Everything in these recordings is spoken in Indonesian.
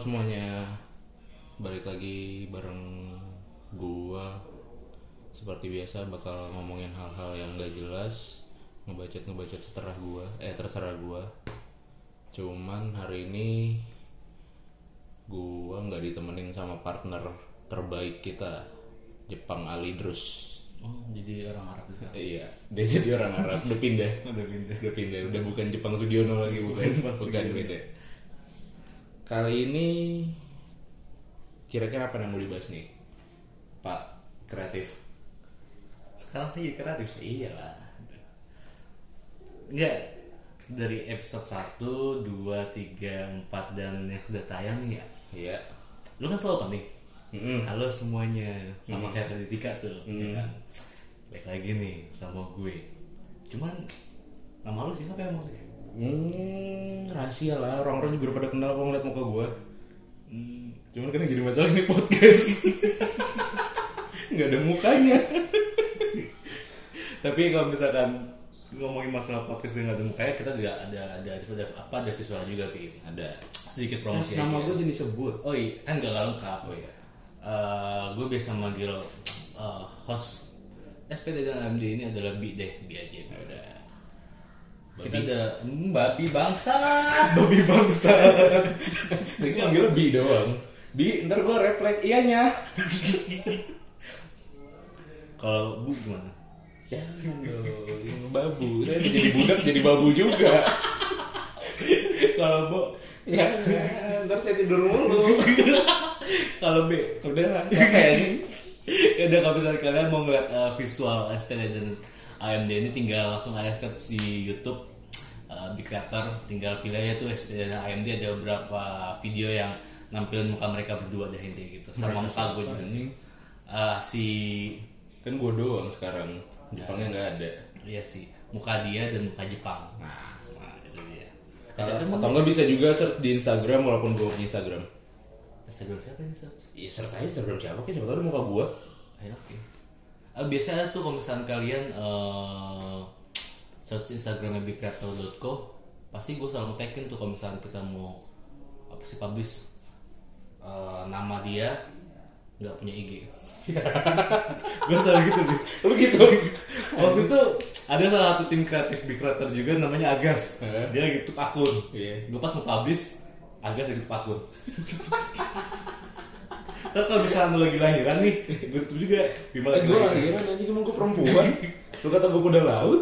semuanya, balik lagi bareng gua. Seperti biasa bakal ngomongin hal-hal yang gak jelas, ngebacot terserah gua. Cuman hari ini gua nggak ditemenin sama partner terbaik kita, Jepang Alidrus. Oh, jadi orang Arab juga? Iya, dia jadi orang Arab. Udah pindah. Udah bukan Jepang Sugiono lagi, bukan beda. Kali ini kira-kira apa yang mau dibahas nih, Pak Kreatif? Sekarang saya jadi kreatif. Iyalah. Enggak, dari episode 1, 2, 3, 4 dan yang sudah tayang nih ya. Iya. Lu kan selalu penting. Halo semuanya, sama kayak tadi Tika tuh, ya kan? Baik lagi nih sama gue. Cuman nama lu siapa ya mau? Rahasia lah, orang-orang juga udah pada kenal kalau ngeliat muka gue. Cuman kan yang jadi masalah ini podcast. Nggak ada mukanya. Tapi kalau misalkan ngomongin masalah podcast dengan ada mukanya, kita juga ada visual juga, Pi. Ada sedikit promosi. Nama gue jadi disebut. Oh iya, kan gak lengkap. Oh iya. Gue biasa manggil host SPD dan AMD ini adalah Bi aja. Udah. Kita ada babi bangsa. Babi bangsa. Saya manggil Bi doang. Bi, ntar gue refleks iyanya. Kalau Bu gimana? Jangan dong, babu. Saya jadi budak jadi babu juga. Kalau Bu, Ya, ntar saya tidur mulu. kalau B, Udah, kayaknya. ya udah, kalau misalnya kalian mau ngeliat visual SPD dan AMD ini, tinggal langsung aja search di YouTube Big Creator, tinggal pilih aja tuh SPD dan AMD. Ada beberapa video yang nampilin muka mereka berdua dah, intinya gitu. Sama muka gue juga sih. Si Kan gue doang sekarang. Jepangnya nggak ada. iya sih, muka dia dan muka Jepang. Nah, Itu dia. atau nggak bisa juga search di Instagram walaupun gue punya Instagram. Instagram siapa ini, Sat? Iya, search aja Instagram siapa kayak siapa tahu ada muka gue. Ayo, oke. Biasanya tuh kalau misalnya kalian search Instagramnya bigcreator.co, pasti gue selalu tagin tuh kalau misalnya kita mau publish nama dia nggak punya IG. Gue selalu gitu nih. Lu gitu. Waktu itu ada salah satu tim kreatif Big Creator juga namanya Agas. Dia lagi tutup akun. Iya. Gue pas mau publish, Agas lagi tutup akun. Terus kalau misalnya lu lagi lahiran nih, gue tutup juga. Gimana Gue lahiran anjing, emang gue perempuan. Lu kata gue kuda laut.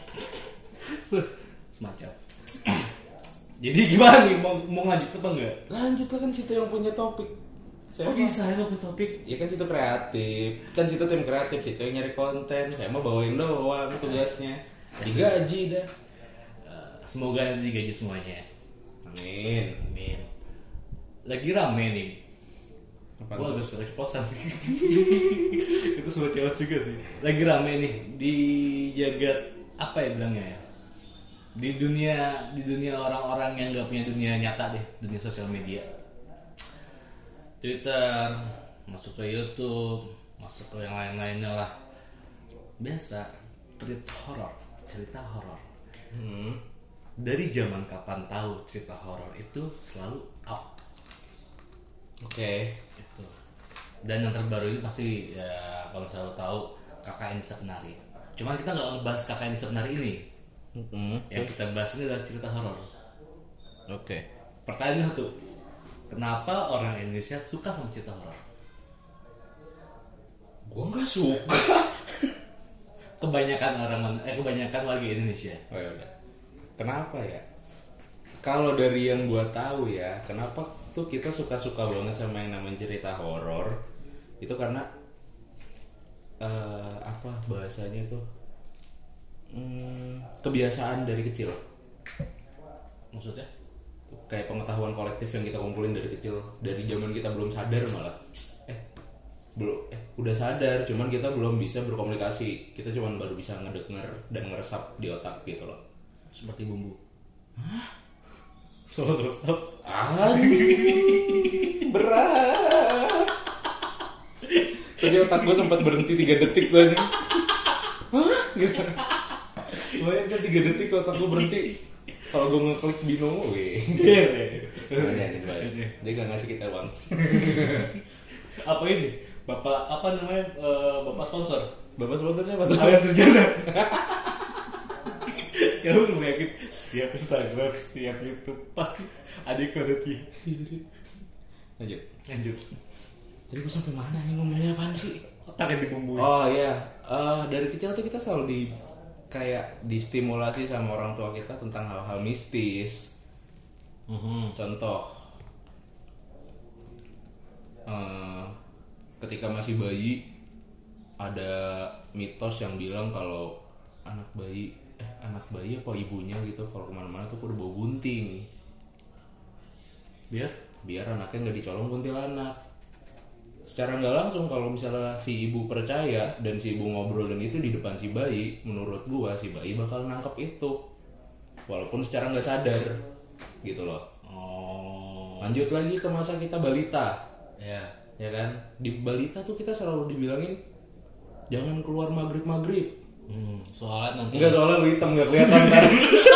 Semacam. Jadi gimana nih, mau lanjut apa enggak? Lanjut lah, kan situ yang punya topik. Saya Oh bisa ya punya topik. ya kan situ kreatif. Kan situ tim kreatif, situ yang nyari konten. Saya mah bawain doang tugasnya. Digaji dah. Semoga nanti digaji semuanya. Amin. Amin. Lagi rame nih. Apa Gue tuh? agak suka keceplosan. Itu semua cewek juga sih. Lagi rame nih di jagat apa ya bilangnya ya? Di dunia orang-orang yang nggak punya dunia nyata deh, dunia sosial media. Twitter, masuk ke YouTube, masuk ke yang lain-lainnya lah. Biasa cerita horor. Dari zaman kapan tahu cerita horor itu selalu up. Oke. Itu. Dan yang terbaru ini pasti ya, kalau misalnya lo tahu, KKN Sepenari. Cuman kita nggak ngebahas KKN Sepenari ini. Yang kita bahas ini adalah cerita horor. Oke. Pertanyaan satu, kenapa orang Indonesia suka sama cerita horor? Gua nggak suka. Kebanyakan warga Indonesia. Oh ya udah. Kenapa ya? Kalau dari yang gua tahu ya, kenapa tuh kita suka-suka banget sama yang namanya cerita horor? Itu karena apa bahasanya tuh? Kebiasaan dari kecil. Maksudnya? Kayak pengetahuan kolektif yang kita kumpulin dari kecil, dari zaman kita belum sadar malah. Udah sadar, cuman kita belum bisa berkomunikasi. Kita cuman baru bisa ngedenger dan ngeresap di otak gitu loh. Seperti bumbu. Soal resep. Berat. Tadi otak gue sempat berhenti 3 detik tuh aja. Hah? Gitu. Lumayan kan 3 detik otak gue berhenti. Kalau gue ngeklik binomo, Iya. dia gak ngasih kita uang. Apa ini? Bapak apa namanya? Bapak sponsor. Bapak sponsornya apa tuh? Ayo terjadi. Coba lu bayangin setiap Instagram, setiap YouTube pasti ada iklan dia. Lanjut. Tadi gue sampai mana nih ngomongnya apaan sih? Otaknya dibumbui. Oh iya, dari kecil tuh kita selalu kayak distimulasi sama orang tua kita tentang hal-hal mistis. Contoh, ketika masih bayi ada mitos yang bilang kalau anak bayi apa ibunya gitu kalau kemana-mana tuh udah bawa gunting. Biar anaknya nggak dicolong kuntilanak. Secara nggak langsung kalau misalnya si ibu percaya dan si ibu ngobrolin itu di depan si bayi, menurut gua si bayi bakal nangkep itu walaupun secara nggak sadar gitu loh. Lanjut lagi ke masa kita balita, ya kan, di balita tuh kita selalu dibilangin jangan keluar maghrib. Soalnya nanti soalnya lu hitam nggak kelihatan kan.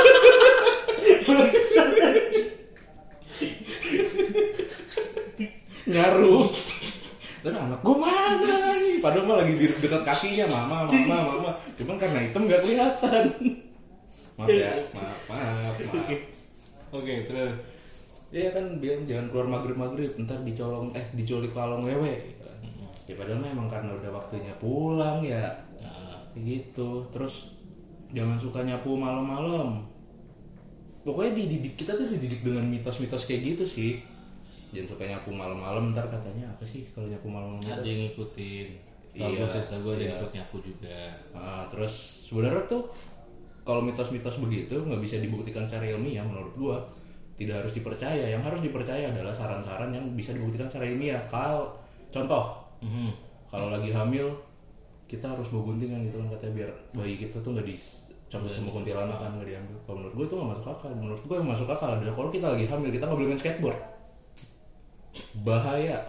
Nyaru. Dan anak gue mana nih? Padahal mah lagi di dekat kakinya, mama. Cuman karena hitam nggak kelihatan. Maaf ya, maaf. Oke, terus. Iya kan bilang jangan keluar maghrib, ntar diculik kalong wewe. Ya padahal memang karena udah waktunya pulang ya. Kayak gitu. Terus jangan suka nyapu malam-malam. Pokoknya kita tuh dididik dengan mitos-mitos kayak gitu sih. Jangan suka nyapu malam-malam, ntar katanya apa sih kalau nyapu malam-malam? Ada yang ngikutin. Setahu gue ada yang ikut nyapu juga. Terus sebenarnya tuh kalau mitos-mitos begitu nggak bisa dibuktikan secara ilmiah menurut gua. Tidak harus dipercaya. Yang harus dipercaya adalah saran-saran yang bisa dibuktikan secara ilmiah. Contoh, kalau lagi hamil kita harus bawa gunting kan gitu kan katanya biar bayi kita tuh nggak dicabut sama kuntilanak kan, nggak diambil. Kalau menurut gue itu nggak masuk akal. Menurut gue yang masuk akal adalah kalau kita lagi hamil kita nggak boleh main skateboard. Bahaya.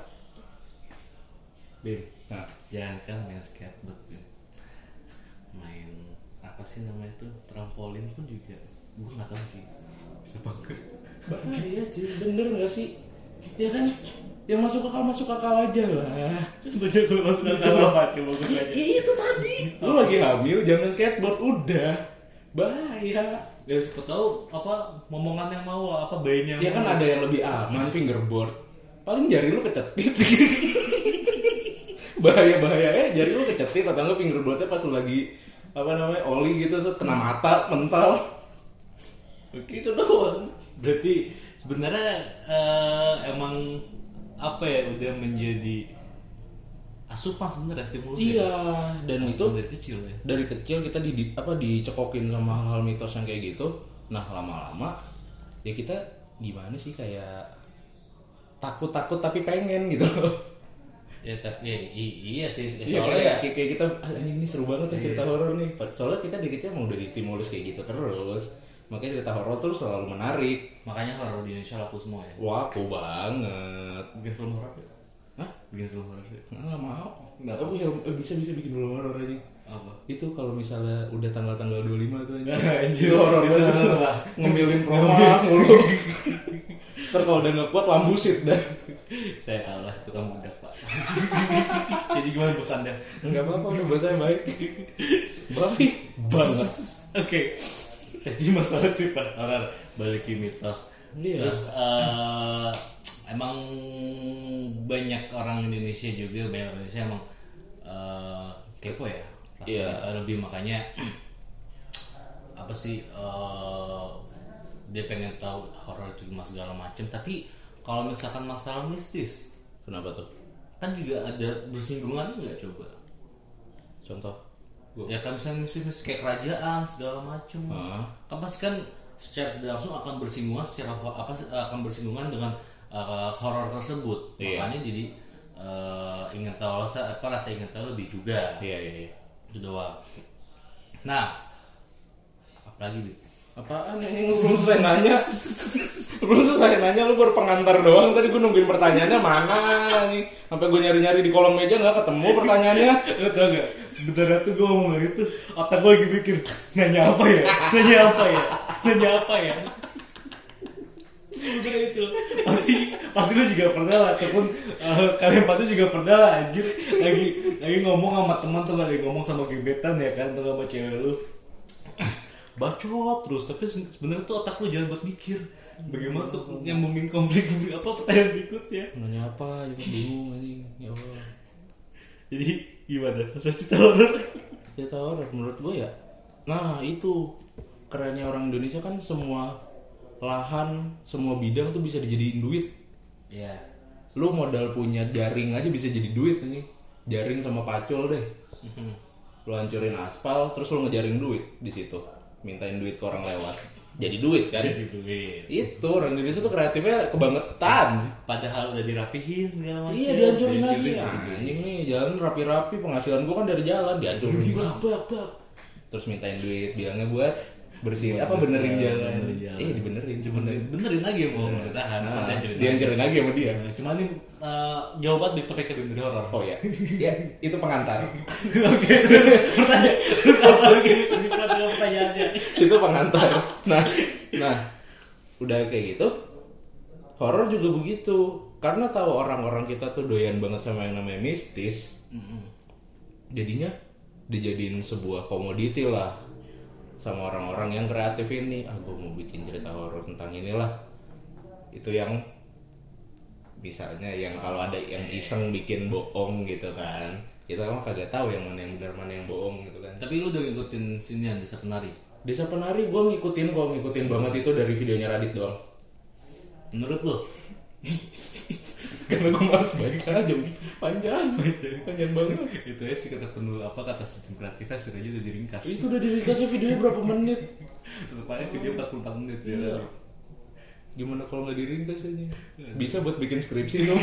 Bim, jangan kan main skateboard, Bim. Main apa sih namanya tuh, trampolin pun juga gue nggak tahu sih bisa pakai. Bahaya cuy, bener nggak sih? Ya kan, yang masuk akal aja lah. Contohnya kalau masuk akal apa? Coba gue aja. Itu tadi. Lu lagi hamil jangan skateboard, udah bahaya. Ya siapa tahu apa momongan yang mau apa bayinya. Ya kan ada yang lebih aman, fingerboard. Paling jari lu kecetit. bahaya jari lu kecetit atau enggak fingerboardnya pas lu lagi oli gitu tuh kena mata mental. Begitu doang. Berarti sebenarnya emang apa ya udah menjadi asupan sebenarnya stimulus. Iya, dan asupan itu dari kecil ya. Dari kecil kita dicekokin sama hal-hal mitos yang kayak gitu. Nah, lama-lama ya kita gimana sih kayak takut tapi pengen gitu. Ya tapi iya sih soalnya kayak kita ini seru banget ya cerita horor nih. Soalnya kita dari kecil emang udah distimulus kayak gitu terus. Makanya cerita horor tuh selalu menarik. Makanya horor di Indonesia laku semua ya. Laku banget. Bikin film horor ya? Hah? Bikin film horor ya? Nggak mau. Bisa bikin film horor aja. Apa? Itu kalau misalnya udah tanggal 25 tuh Anjir, horor banget. Ngemilin promak mulu. Ntar kalau udah nggak kuat lambusit dah. Saya kalah itu kamu udah Pak. Jadi gimana bos Anda? Nggak apa-apa, udah bahasa yang baik. Baik banget. Oke. Jadi masalah cerita horor balik ke mitos. Iya. Terus emang banyak orang Indonesia emang kepo ya. Iya. Lebih makanya apa sih dia pengen tahu horor itu gimana segala macam. Tapi kalau misalkan masalah mistis, Kenapa tuh? kan juga ada bersinggungan nggak coba? Contoh? Ya kan misalnya mistis kayak kerajaan segala macam. Kan pasti kan secara tidak langsung akan bersinggungan akan bersinggungan dengan horor tersebut. Iya. Makanya jadi ingin tahu rasa ingin tahu lebih juga. Iya. Itu doang. Nah, apalagi Bi? Apaan ini belum selesai nanya? Belum selesai nanya, lu baru pengantar doang. Tadi gue nungguin pertanyaannya mana nih. Sampai gue nyari-nyari di kolom meja nggak ketemu pertanyaannya. Lo tau gak? Sebenarnya tuh gue ngomong itu, otak gue lagi mikir nanya apa ya? sebenarnya itu pasti lu juga pernah lah, ataupun kalian pada juga pernah lah anjir, lagi ngomong sama teman tuh, lagi ngomong sama gebetan ya kan, atau sama cewek lu bacot terus, tapi sebenarnya tuh otak lu jalan buat mikir bagaimana tuh nyambungin konflik apa pertanyaan berikutnya, nanya apa juga bingung anjing ya Allah. Jadi gimana masa cerita horor? Cerita horor menurut gue ya, nah itu kerennya orang Indonesia kan, semua lahan, semua bidang tuh bisa dijadiin duit. Ya. Lu modal punya jaring aja bisa jadi duit nih. Jaring sama pacul deh. Lu hancurin aspal, terus lu ngejaring duit di situ. Mintain duit ke orang lewat. Jadi duit kan? Jadi duit. Itu orang Indonesia tuh kreatifnya kebangetan. Padahal udah dirapihin segala macam. Iya, dihancurin lagi. Anjing nih, jalan rapi-rapi, penghasilan gua kan dari jalan, dihancurin. Bak. Terus mintain duit, bilangnya buat bersihin apa, benerin jalan. Dibenerin. Benerin lagi mau ditahan. Dihancurin lagi sama dia. Cuma ini jawaban dipakai dari horor. Oh ya. Ya, itu pengantar. Oke. Pertanyaan apa lagi di pertanyaannya? Itu pengantar. Nah, udah kayak gitu. Horor juga begitu. Karena tahu orang-orang kita tuh doyan banget sama yang namanya mistis. Jadinya dijadiin sebuah komoditi lah sama orang-orang yang kreatif ini. Gue mau bikin cerita horor tentang inilah. Itu yang misalnya yang kalau ada yang iseng bikin bohong gitu kan, kita mah kagak tahu yang mana yang benar mana yang bohong gitu kan. Tapi lu udah ngikutin sinian Desa Penari? Desa Penari gue ngikutin banget itu dari videonya Radit doang. Menurut lu? Karena gue malas baca aja, panjang banget. Itu ya sih kata sistem kreatifnya sih aja udah diringkas. Itu udah diringkasnya videonya berapa menit? Rupanya video 44 menit ya. Iya. Gimana kalau nggak diringkas aja? Bisa buat bikin skripsi dong.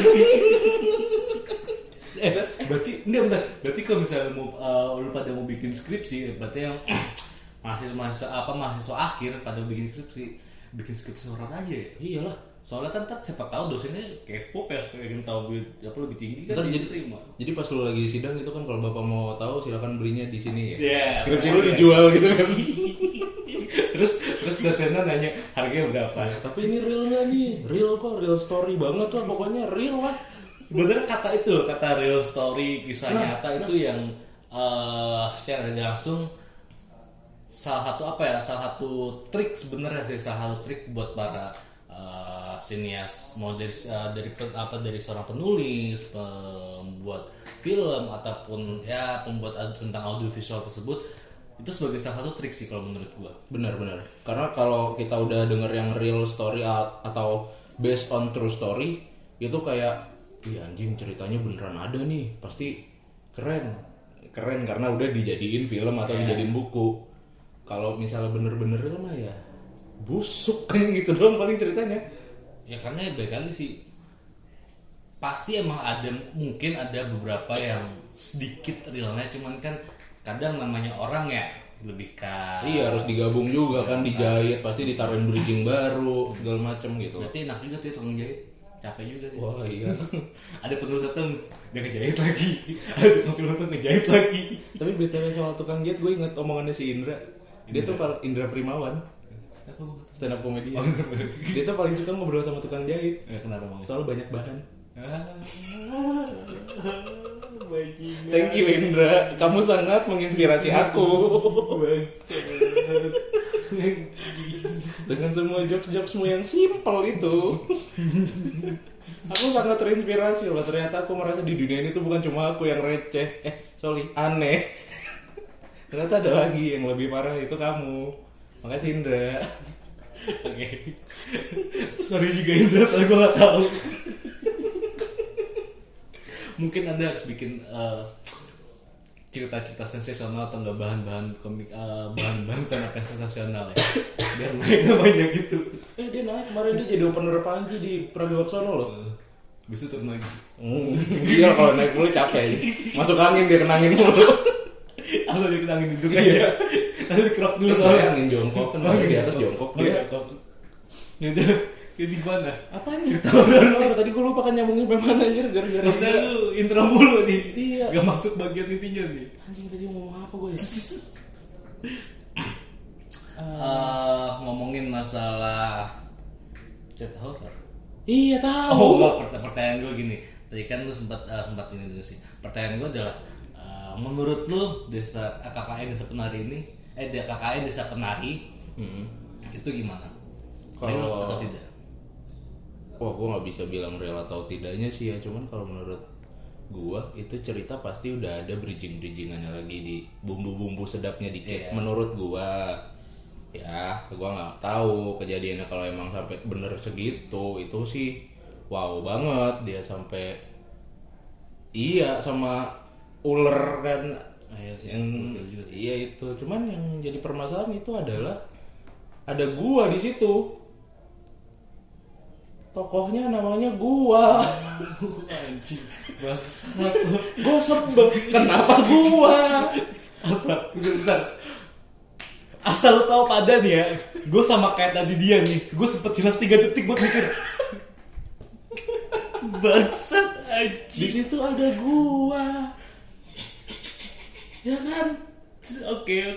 Berarti kalau misalnya lu pada mau bikin skripsi, berarti yang mahasiswa akhir pada bikin skripsi horor aja ya? Iyalah. Soalnya kan siapa tahu dosennya kepo, pengen tahu apa lebih tinggi kan jadi terima. Jadi pas lu lagi sidang itu kan, kalau bapak mau tahu silakan belinya di sini ya. Yeah, skripsi lu dijual gitu kan. terus dosennya nanya harganya berapa. Tapi ini real nggak nih? Real kok, real story banget lah, pokoknya real lah. Sebenarnya kata real story, kisah nyata itu yang secara langsung salah satu trik sebenarnya sih, salah satu trik buat para sinias, mau dari seorang penulis, pembuat film ataupun ya pembuat tentang audiovisual tersebut, itu sebagai salah satu trik sih kalau menurut gua. Benar. Karena kalau kita udah denger yang real story atau based on true story, itu kayak, wih anjing ceritanya beneran ada nih, pasti keren karena udah dijadiin film atau dijadiin buku. Kalau misalnya bener-bener real mah ya busuk kayak gitu doang paling ceritanya. Ya karena baik lagi sih, pasti emang mungkin ada beberapa yang sedikit realnya, cuman kan kadang namanya orang ya lebih iya harus digabung juga kan, dijahit pasti ditaruhin bridging baru segala macem gitu. Berarti enak juga tuh ya tukang jahit, capek juga tuh. Wah iya. Ada penulis datang dia ngejahit lagi, ada tukang datang ngejahit lagi. Tapi BTW soal tukang jahit, gue inget omongannya si Indra. Dia tuh Indra Primawan, stand up comedy. Dia tuh paling suka ngobrol sama tukang jahit. Kenapa mau? Soalnya banyak bahan. Bajingan. Thank you Indra, kamu sangat menginspirasi aku. Dengan semua jokes-jokesmu yang simple itu, aku sangat terinspirasi loh. Ternyata aku merasa di dunia ini tuh bukan cuma aku yang receh, aneh. Ternyata ada lagi yang lebih parah, itu kamu. Makasih Indra. Oke. Sorry juga Indra, soalnya gue gak tahu. Mungkin Anda harus bikin cerita-cerita sensasional atau enggak bahan-bahan komik, bahan-bahan stand-up yang sensasional ya. Biar naik namanya gitu. Dia naik kemarin, dia jadi opener Panji di Pragiwaksono loh. Bisa turun lagi. Iya kalau naik mulu capek. Masuk angin dia kenangin mulu. Asal dia kenangin duduk aja. Nanti dikerok dulu soalnya. Angin jongkok kan, di atas jongkok dia. Jadi gimana? Apanya? Tadi gue lupa kan nyambungin sampai mana anjir, gara-gara masa lu intro mulu nih. Iya. Gak masuk bagian intinya nih. Anjing tadi ngomong apa gue ya? Ngomongin masalah Cerita horor. Iya tahu. Oh enggak, pertanyaan gue gini. Tadi kan lu sempat ini dulu sih. Pertanyaan gue adalah menurut lu desa KKN Desa Penari ini KKN Desa Penari itu gimana? Real atau tidak? Wah, gue nggak bisa bilang real atau tidaknya sih ya. Cuman kalau menurut gue itu cerita pasti udah ada bridgingannya lagi di bumbu-bumbu sedapnya dikit. Iya. Menurut gue, ya gue nggak tahu kejadiannya kalau emang sampai bener segitu. Itu sih wow banget dia sampai sama ular kan. Iya sih. Iya itu. Cuman yang jadi permasalahan itu adalah ada gua di situ. Tokohnya namanya gua. Anjing. Bangsat. Gua sebel. Kenapa gua? Asal lu tahu pada nih ya, gue sama kayak tadi dia nih, gue sempet hilang 3 detik buat mikir. Bangsat anjing. Di situ ada gua. Ya kan? Oke.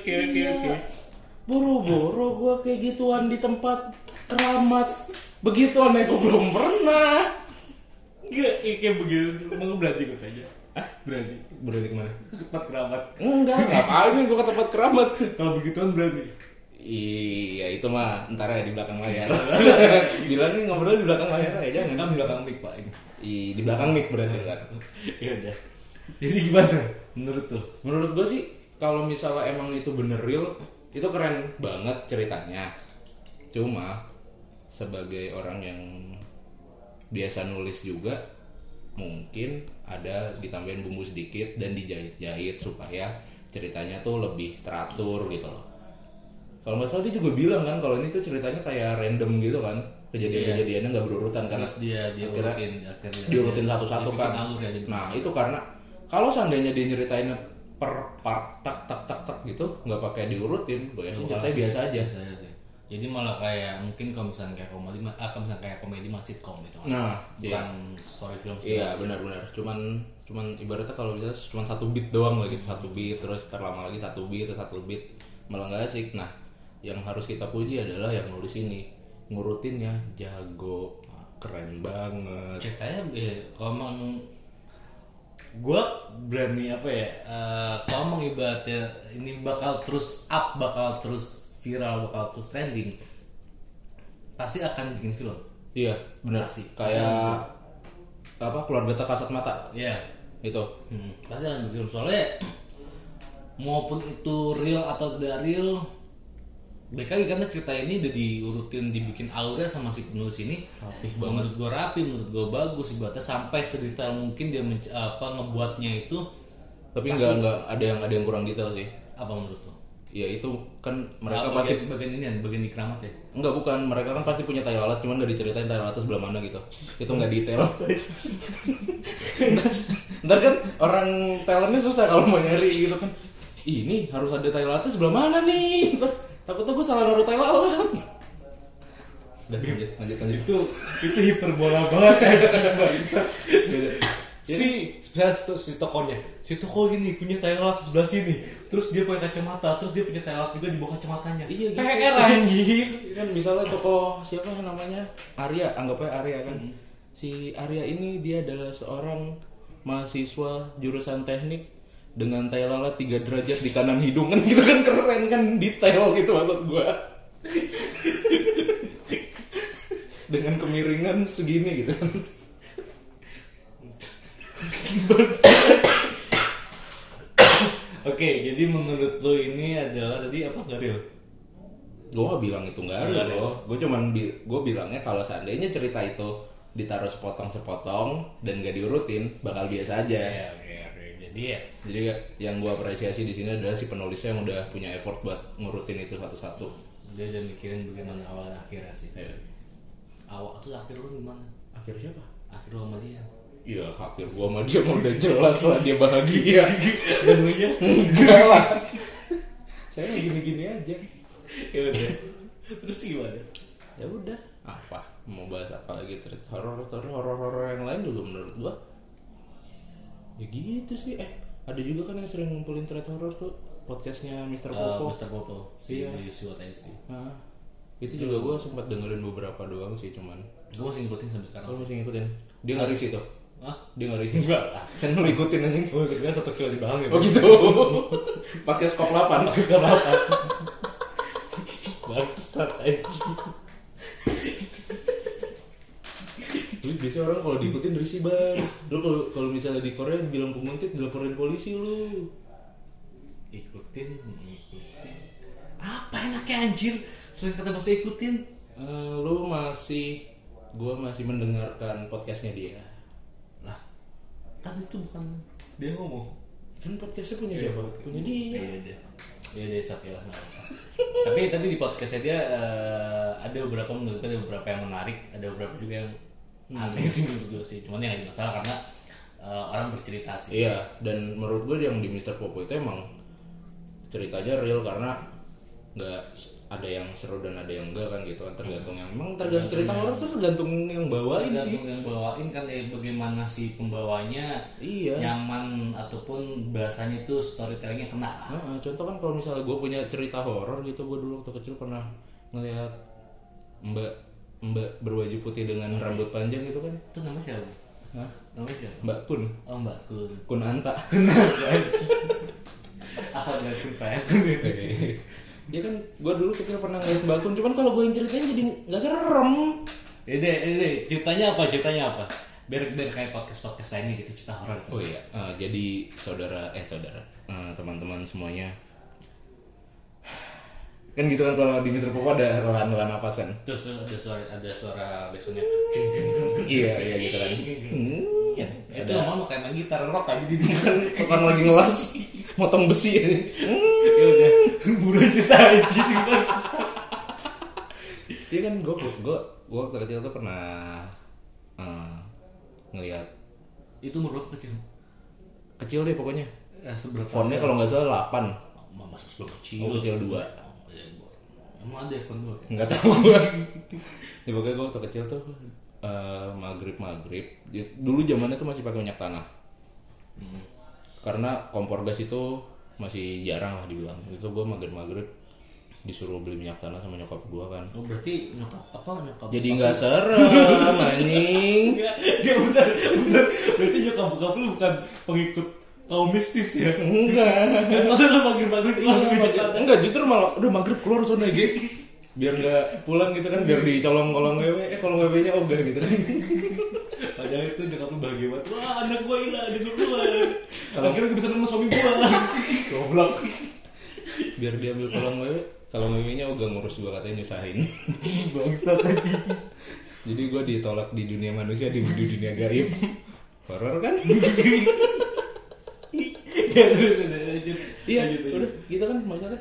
Boro-boro gua kayak gituan di tempat keramat. Begituan aku belum pernah. Gak, kayak begitu. Emang berarti gue tanya. Berarti kemana? Tempat keramat. Enggak, ngapain gua ke tempat keramat. Kalau begituan berarti. Iya, itu mah ntar ya di belakang layar. Bilangnya ngobrol di belakang layar aja, jangan Kan di belakang mic pak ini. di belakang mic berarti kan. Iya udah. Jadi gimana? Menurut tuh? Menurut gue sih kalau misalnya emang itu bener real, itu keren banget ceritanya. Cuma sebagai orang yang biasa nulis juga, mungkin ada ditambahin bumbu sedikit dan dijahit-jahit supaya ceritanya tuh lebih teratur gitu loh. Kalau nggak salah dia juga bilang kan kalau ini tuh ceritanya kayak random gitu kan, kejadian-kejadiannya nggak berurutan karena dia akhirnya diurutin satu-satu kan. Nah itu karena kalau seandainya dia nyeritainnya per part tak gitu, nggak pakai diurutin, boleh ceritanya biasa aja. Jadi malah kayak mungkin kalau misalnya kayak komedi mah sitcom gitu. Nah, bukan story film. Iya benar-benar. Cuman ibaratnya kalau bisa cuma satu beat doang lah gitu, satu beat terus terlama lagi satu beat malah nggak asik. Nah, yang harus kita puji adalah yang nulis ini ngurutinnya jago, keren banget. Ceritanya kalau emang gue berani apa ya? Kalau emang ibaratnya ini bakal terus up, bakal terus viral, bakal terus trending, pasti akan bikin film. Iya benar sih. Kayak apa Keluarga Tak Kasat Mata. Iya itu. Pasti akan bikin film soalnya maupun itu real atau tidak real, baik lagi karena cerita ini udah diurutin, dibikin alurnya sama si penulis ini rapih banget. Menurut gue rapi, menurut gue bagus, ibaratnya sampai sedetail mungkin dia ngebuatnya itu. Tapi enggak ada yang kurang detail sih. Apa menurut lo? Ya itu kan mereka bagian ini bagian di keramat ya? Enggak, bukan, mereka kan pasti punya tai lalat, cuman gak diceritain tai lalatnya sebelah mana gitu. Itu nggak detail. Ntar kan orang talentnya susah kalau mau nyari gitu kan. Ini harus ada tai lalatnya sebelah mana nih? Takutnya gue salah naruh tai lalat. Udah lanjut. Itu hiperbola banget ya. Si tokonya, si toko ini punya tai lalat sebelah sini, terus dia pakai kacamata, terus dia punya tai lalat juga di bawah kacamatanya. Iya gitu. PR anjir. Kan misalnya toko siapa namanya? Arya, anggapnya Arya kan. Si Arya ini dia adalah seorang mahasiswa jurusan teknik dengan tai lalat 3 derajat di kanan hidung kan, gitu kan, keren kan, detail gitu maksud gua. Dengan kemiringan segini gitu kan. Oke, jadi menurut lo ini adalah tadi apa, nggak real? Gue gak bilang itu nggak real loh. Gue bilangnya kalau seandainya cerita itu ditaruh sepotong-sepotong dan gak diurutin bakal biasa aja. Oke. Jadi yang gue apresiasi di sini adalah si penulisnya yang udah punya effort buat ngurutin itu satu-satu. Dia udah mikirin bagaimana awal dan akhirnya sih. Ya. Awal tuh akhir lo gimana? Akhir siapa? Akhir lo sama dia. Iya, akhir gue sama dia mau udah jelas lah dia bahagia. Dan lu nya? Enggak lah. Saya gini-gini aja. Ya udah. Terus gimana? Ya udah. Apa? Mau bahas apa lagi? Horor yang lain juga menurut gua ya gitu sih. Ada juga kan yang sering ngumpulin thread horror tuh, podcastnya Mr. Popo. Mr. Popo. Si What I See. Nah, Itu juga gue sempat dengerin beberapa doang sih, cuman Gue masih ngikutin sampai sekarang. kalau masih ngikutin. Dia nggak risih tuh. Hah? Dia nggak risih. Enggak lah. Kan lu ikutin anjing. Gue ikutnya 1 kilo di bawah. Oh gitu. Pakai skop 8. Bangsat aja. Tapi biasanya orang kalau diikutin risih banget. Lu kalau misalnya di Korea bilang penguntit dilaporin polisi lu. Ikutin. Apa enaknya anjir? Selain kata bahasa ikutin. Gue masih mendengarkan podcastnya dia. Lah, kan itu bukan dia ngomong. Kan podcastnya punya siapa? Punya dia. Iya deh, sakit lah. Tapi di podcastnya dia ada beberapa menurut gue ada beberapa yang menarik, ada beberapa juga yang aneh sih menurut gue sih. Cuman yang jadi masalah karena orang bercerita sih. Iya, dan menurut gue yang di Mr. Popo itu emang ceritanya real karena nggak ada yang seru dan ada yang enggak kan gitu kan, tergantung yang emang tergantung cerita horor tuh tergantung yang bawain sih. Tergantung yang bawain kan bagaimana si pembawanya Iya. nyaman ataupun bahasanya itu storytellingnya kena. Nah, contoh kan kalau misalnya gue punya cerita horor gitu, gue dulu waktu kecil pernah ngelihat mbak berwajah putih dengan rambut panjang gitu kan. Itu namanya siapa? Hah? Namanya siapa? Mbak Kun. Oh, Mbak Kun. Kun Anta. Asal Mbak Kun Pak. Dia kan gue dulu kecil pernah ngeliat Mbak Kun, cuman kalau gue yang ceritain jadi nggak serem. Ini ceritanya apa? Biar kayak podcast lainnya gitu, cerita horor. Oh iya, jadi teman-teman semuanya kan gitu kan, kalau di Mr. Popo ada lahan napas kan. Terus ada suara backsoundnya. Iya gitu kan. Itu mama kayak main gitar rock aja di Kan tukang lagi ngelas motong besi aja. Ya udah, buruan cerita aja. Iya kan, gue waktu kecil tuh pernah ngelihat Itu umur berapa kecil deh pokoknya. Seberapa? Fontnya kalau nggak salah 8. Mama sebelum kecil. Oh, kecil 2. Emang ada font gue? Nggak tahu gue. Ya pokoknya gue waktu kecil tuh maghrib. Dulu zamannya tuh masih pakai minyak tanah. Karena kompor gas itu masih jarang lah dibilang. Itu gue maghrib disuruh beli minyak tanah sama nyokap gue kan. Oh berarti nyokap. Jadi nggak serem anjing. Enggak benar. Berarti nyokap lu bukan pengikut kaum mistis ya? Enggak. Maksudnya lu maghrib Enggak, justru malah udah maghrib keluar sana gitu. Biar nggak pulang gitu kan, biar dicolong kolong wewe, kolong wewe-nya ogah gitu kan. Padahal itu nyokap lu bahagia banget. Wah, anak gua hilang, anak gua. Akhirnya gua bisa nemu suami gua. Goblok. Biar dia ambil kolong wewe, kalau wewe-nya ogah ngurus gua, katanya nyusahin. Bangsat lagi. Jadi gua ditolak di dunia manusia, di dunia gaib. Horor kan? Iya, udah gitu kan maksudnya.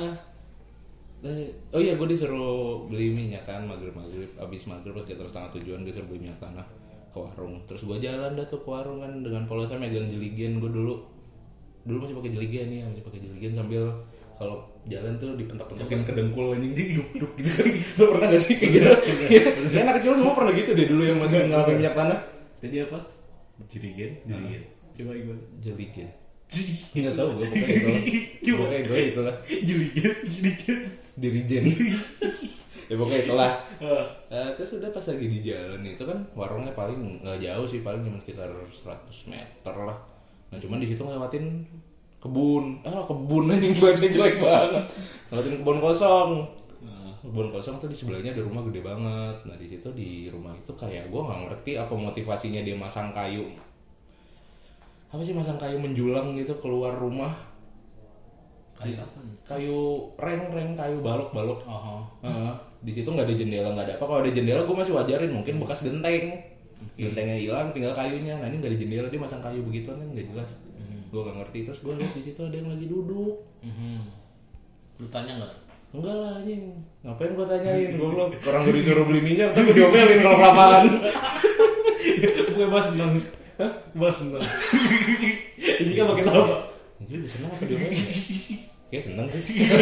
Oh iya, gue disuruh beli minyak kan maghrib, abis maghrib pas sekitar 6:30 gue disuruh beli minyak tanah ke warung. Terus gue jalan dah tuh ke warung kan dengan polosnya megang jeligen. Gue dulu masih pakai jeligen ya, sambil kalau jalan tuh dipentak-pentakin ke dengkul anjing, duduk gitu kan. Lo pernah gak sih kayak gitu? Ya anak kecil semua pernah gitu deh dulu yang masih ngalamin minyak tanah. Tadi apa? Jeligen. Coba gimana? Jeligen. Nggak tahu gue, pokoknya itulah. Jeligen. Dirijen. Ya pokoknya itulah. Terus udah pas lagi di jalan itu kan warungnya paling nggak jauh sih, paling cuma sekitar 100 meter lah. Nah cuman di situ ngelewatin kebun anjing, bahasa jelek banget. Ngelewatin kebun kosong tuh di sebelahnya ada rumah gede banget. Nah di situ di rumah itu kayak gue nggak ngerti apa motivasinya dia masang kayu. Apa sih masang kayu menjulang gitu keluar rumah? Kayu apa nih? Kayu reng, kayu balok. Di situ nggak ada jendela, nggak ada apa. Kalau ada jendela gue masih wajarin, mungkin bekas genteng. Gentengnya hilang, tinggal kayunya. Nah ini nggak ada jendela, dia masang kayu begitu kan nggak jelas. Gue nggak ngerti. Terus gue lihat di situ ada yang lagi duduk. Lu tanya nggak? Enggak lah anjing. Ngapain gue tanyain? Goblok. Orang gue disuruh beli minyak, tapi diomelin kalau kelaparan. Gue bahas seneng. Hah? Bahas seneng. Ini kan makin lama. Jadi udah seneng apa diomelin? Kayak seneng sih.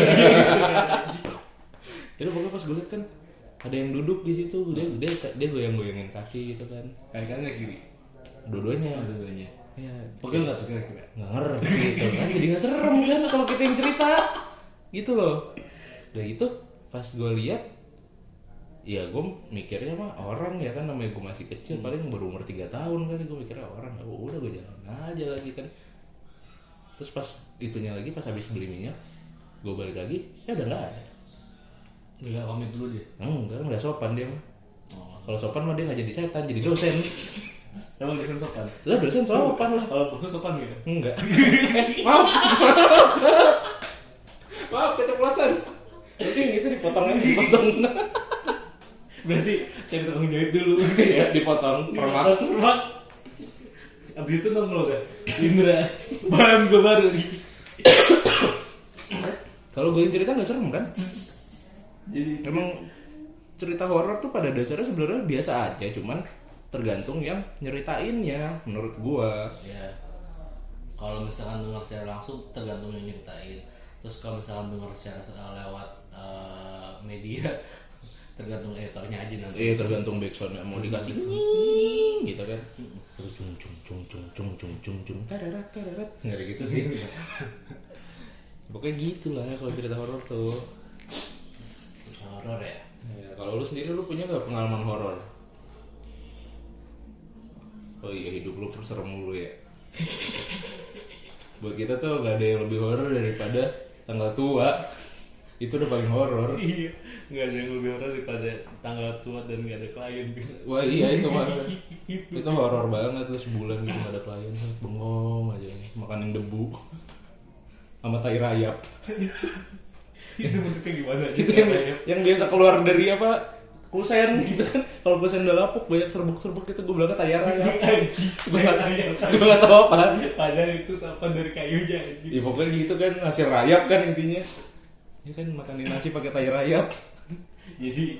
Jadi pokoknya pas gue liat kan ada yang duduk di situ, dia goyang-goyangin kaki gitu kan. Kaki-kakinya kiri. Dua-duanya. Ya, Pegel nggak tuh kira-kira? nggak ngerti gitu kan, jadi nggak serem kan kalau kita yang cerita gitu loh. Udah gitu pas gue lihat ya gue mikirnya mah orang ya kan, namanya gue masih kecil, paling baru umur 3 tahun kali, gue mikirnya orang. Udah gue jalan aja lagi kan. Terus pas itunya lagi, pas habis beli minyak, gue balik lagi, ya udah nggak ada. Nggak pamit dulu dia. Enggak, nggak sopan dia mah. Oh. Kalau sopan mah dia nggak jadi setan, jadi dosen. Emang dia kan sopan. Sudah dosen sopan lah. Kalau bagus sopan gitu. Enggak. Maaf. Maaf, keceplosan. Penting itu dipotong. Berarti cari tukang jahit dulu. Ya, dipotong permak. Abis itu nongol kan Indra, barang gue baru nih. Kalau gue cerita nggak serem kan? Jadi Emang cerita horor tuh pada dasarnya sebenarnya biasa aja, cuman tergantung yang nyeritainnya menurut gua. ya, kalau misalkan dengar secara langsung tergantung yang nyeritain. Terus kalau misalkan dengar secara lewat media tergantung editornya aja nanti. Tergantung backsoundnya mau dikasih gitu kan. Cung tararat nggak ada gitu sih. Pokoknya gitulah kalau cerita horor tuh. Horor ya. Ya, kalau lu sendiri lu punya nggak pengalaman horor? Oh iya, hidup lu serem mulu ya. Buat kita tuh gak ada yang lebih horor daripada tanggal tua. Itu udah paling horor. Iya, nggak ada yang lebih horor daripada tanggal tua dan nggak ada klien. Wah iya itu mah. Itu horor banget lu, sebulan gitu gak ada klien, bengong aja makan yang debu sama tai rayap. Itu bentuknya gimana? Itu yang biasa keluar dari apa? Kusen gitu kan. Kalau kusen udah lapuk banyak serbuk-serbuk itu gue bilangnya tai rayap. Gue gak tau apa. Padahal itu sapan dari kayu jadi. Ya pokoknya gitu kan, nasi rayap kan intinya. Ya kan makanin nasi pakai tai rayap. Jadi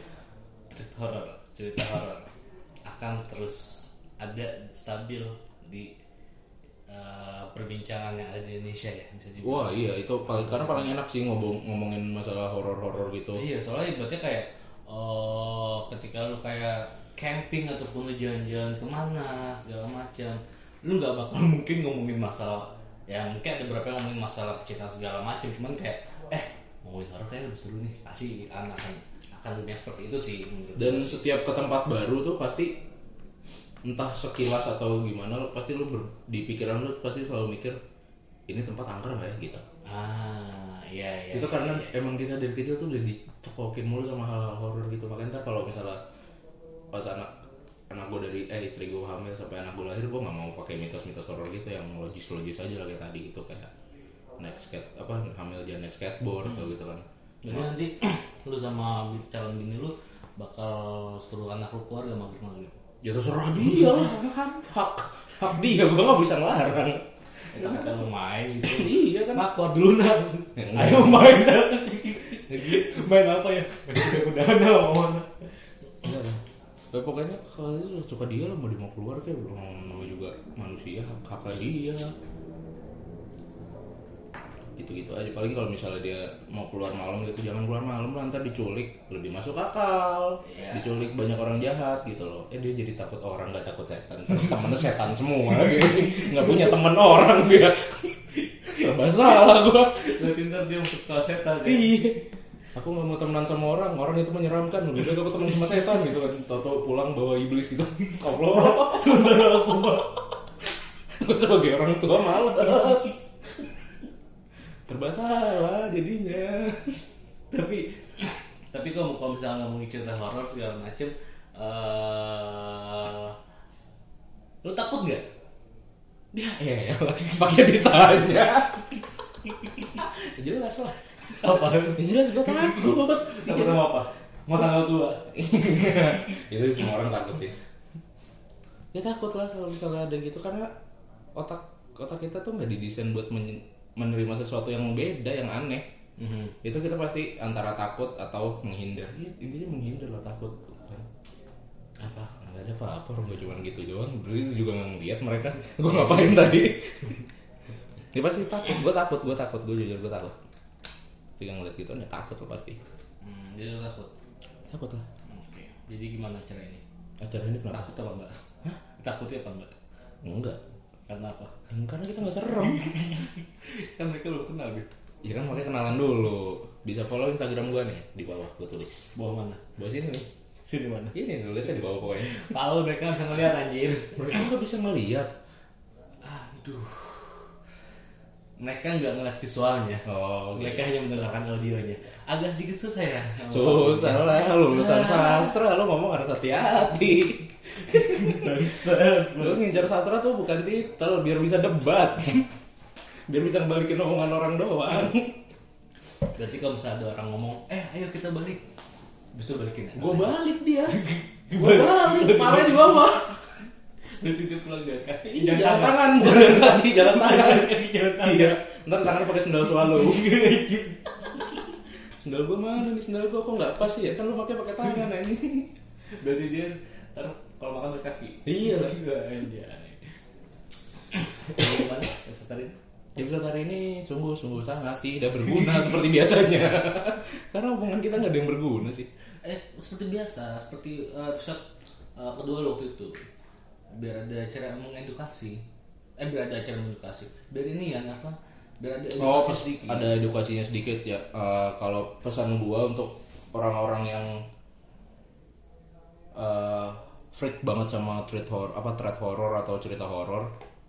cerita horor akan terus ada stabil di perbincangan yang ada di Indonesia ya, bisa dibilang. Wah iya, itu paling, karena paling enak sih ngomongin masalah horor-horor gitu. Iya, soalnya ibaratnya kayak ketika lu kayak camping ataupun lu jalan-jalan kemana segala macam, lu nggak bakal mungkin ngomongin masalah yang mungkin ada beberapa yang ngomongin masalah percintaan segala macam, cuman kayak ngomongin horor kayak lebih seru nih, pasti akan lebih seperti itu sih menurut Dan gue. setiap ke tempat baru tuh pasti entah sekilas atau gimana, pasti lu di pikiran lu pasti selalu mikir ini tempat angker nggak ya gitu. Iya. Itu karena emang kita dari kecil tuh udah dicekokin mulu sama hal-hal horor gitu. Makanya ntar kalau misalnya pas anak gue dari istri gue hamil sampai anak gue lahir, gue nggak mau pakai mitos-mitos horor gitu yang logis aja lah kayak tadi gitu, kayak hamil jangan naik skateboard atau gitu kan. Jadi nanti lu sama calon bini lu bakal suruh anak lu keluar gak maghrib. Ya terserah dia lah, hak dia, gue nggak bisa ngelarang. Kita mau main gitu. Iya kan. Mak, keluar dulu nak. Enggak. Ayo main. Main apa ya? Kuda-kudaan mau mana? Ya, pokoknya kalau itu suka dia lah, mau dia mau keluar kayak namanya juga manusia, hak dia. Gitu-gitu aja. Paling kalau misalnya dia mau keluar malam gitu, jangan keluar malam lah, ntar diculik, lebih masuk akal. Diculik banyak orang jahat gitu loh. Dia jadi takut orang, gak takut setan. Terus temennya setan semua gitu. Gak punya temen orang dia. Serba salah gua. Berarti ntar dia masuk sekolah setan. Iya. Aku gak mau temenan sama orang itu menyeramkan. Lebih baik aku temen sama setan gitu kan. Toto pulang bawa iblis gitu. Allah. Aku sebagai orang tua malas. Serba salah jadinya. Tapi kalau misalnya ngomongin cerita horor segala macem, lu takut nggak? Ya pakai ditanya. Jelas lah. Apa? Jelas gue takut. Takut sama apa? Mau tanggal tua? Itu semua orang takut ya. Ya takut lah kalau misalnya ada gitu, karena otak kita tuh nggak didesain buat menerima sesuatu yang beda, yang aneh. Itu kita pasti antara takut atau menghindar. Iya, intinya menghindar lah, takut. Apa? Nggak ada apa-apa, orang gue cuma gitu doang. Itu juga nggak ngeliat mereka. Gue ngapain tadi? Dia pasti takut. Gue takut. Gue jujur gue takut. Ketika ngeliat gitu, ya takut lah pasti. Jadi lu takut? Takut lah. Oke. Jadi gimana acara ini? Acara ini kenapa? Takut apa enggak? Hah? Takutnya apa enggak? Enggak. Karena apa? Karena kita nggak serem. Kan mereka belum kenal gitu. Ya kan makanya kenalan dulu. Bisa follow Instagram gua nih di bawah gua tulis. Bawah mana? Bawah sini nih. Sini mana? Ini lu lihat kan di bawah pokoknya. Kalau mereka bisa ngeliat anjir. Mereka nggak bisa ngelihat. Aduh. Mereka nggak ngeliat visualnya. Oh, Mereka hanya mendengarkan audionya. Agak sedikit susah ya. susah lah, lulusan sastra lu ngomong harus hati-hati. Bangsat. Lu ngincar sastra tuh bukan titel, biar bisa debat. Biar bisa ngebalikin omongan orang doang. Berarti kalau misalnya ada orang ngomong, ayo kita balik. Bisa balikin ya? Gue balik dia. Gue balik, palanya di bawah. Berarti dia pulang gak kan? Jalan tangan, jalan kaki, jalan tangan. Jalan tangan. Iya, ntar tangan pakai sendal swallow. Sendal gue mana nih, sendal gue kok nggak pas sih ya? Kan lu pakai tangan ini. Berarti dia ntar kalau makan berkaki. Iya lah. Anjay. Gimana? Episode hari ini? Episode hari ini sungguh sangat tidak berguna seperti biasanya. Karena hubungan kita nggak ada yang berguna sih. Seperti biasa, seperti episode kedua waktu itu. Biar ada cara mengedukasi. Biar ada cara mengedukasi. Biar ini ya apa? Biar ada edukasi sedikit. Ada edukasinya sedikit ya. Kalau pesan gua untuk orang-orang yang freak banget sama thread horror atau cerita horror.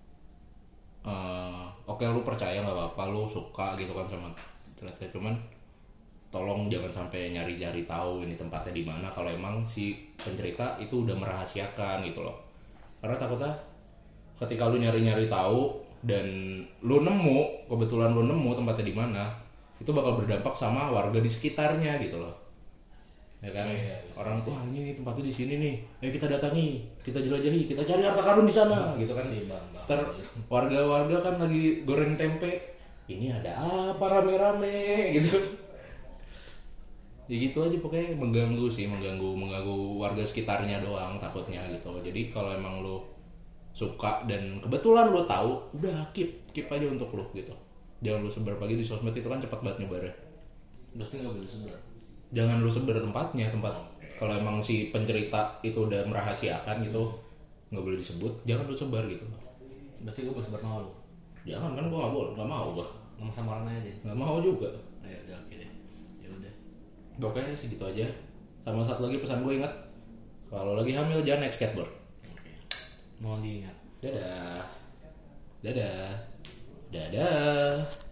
Oke, lu percaya nggak apa-apa, lu suka gitu kan sama cerita, cuman tolong jangan sampai nyari-nyari tahu ini tempatnya di mana kalau emang si pencerita itu udah merahasiakan gitu loh. Karena takutnya ketika lu nyari-nyari tahu dan lu kebetulan lu nemu tempatnya di mana, itu bakal berdampak sama warga di sekitarnya gitu loh. Ya kan? Iya. Orang wah ini tempatnya di sini nih. Ayo kita datangi, kita jelajahi, kita cari harta karun di sana gitu kan. Warga-warga kan lagi goreng tempe. Ini ada apa rame-rame gitu. Ya gitu aja pokoknya mengganggu warga sekitarnya doang takutnya gitu. Jadi kalau emang lu suka dan kebetulan lu tahu, udah keep aja untuk lu gitu. Jangan lu sebar pagi di sosmed, itu kan cepat banget nyebarnya. Berarti nggak boleh sebar. Jangan lu sebar tempat kalau emang si pencerita itu udah merahasiakan gitu nggak boleh disebut, jangan lu sebar gitu. Berarti gue boleh sebar nama lu? Jangan, kan gua nggak mau gua. Nama samaran aja deh. Nggak mau juga. Ayo udah oke deh. Ya udah. Oke, segitu aja. Sama satu lagi pesan gue, ingat kalau lagi hamil jangan naik skateboard. Oke. Mohon diingat. Dadah.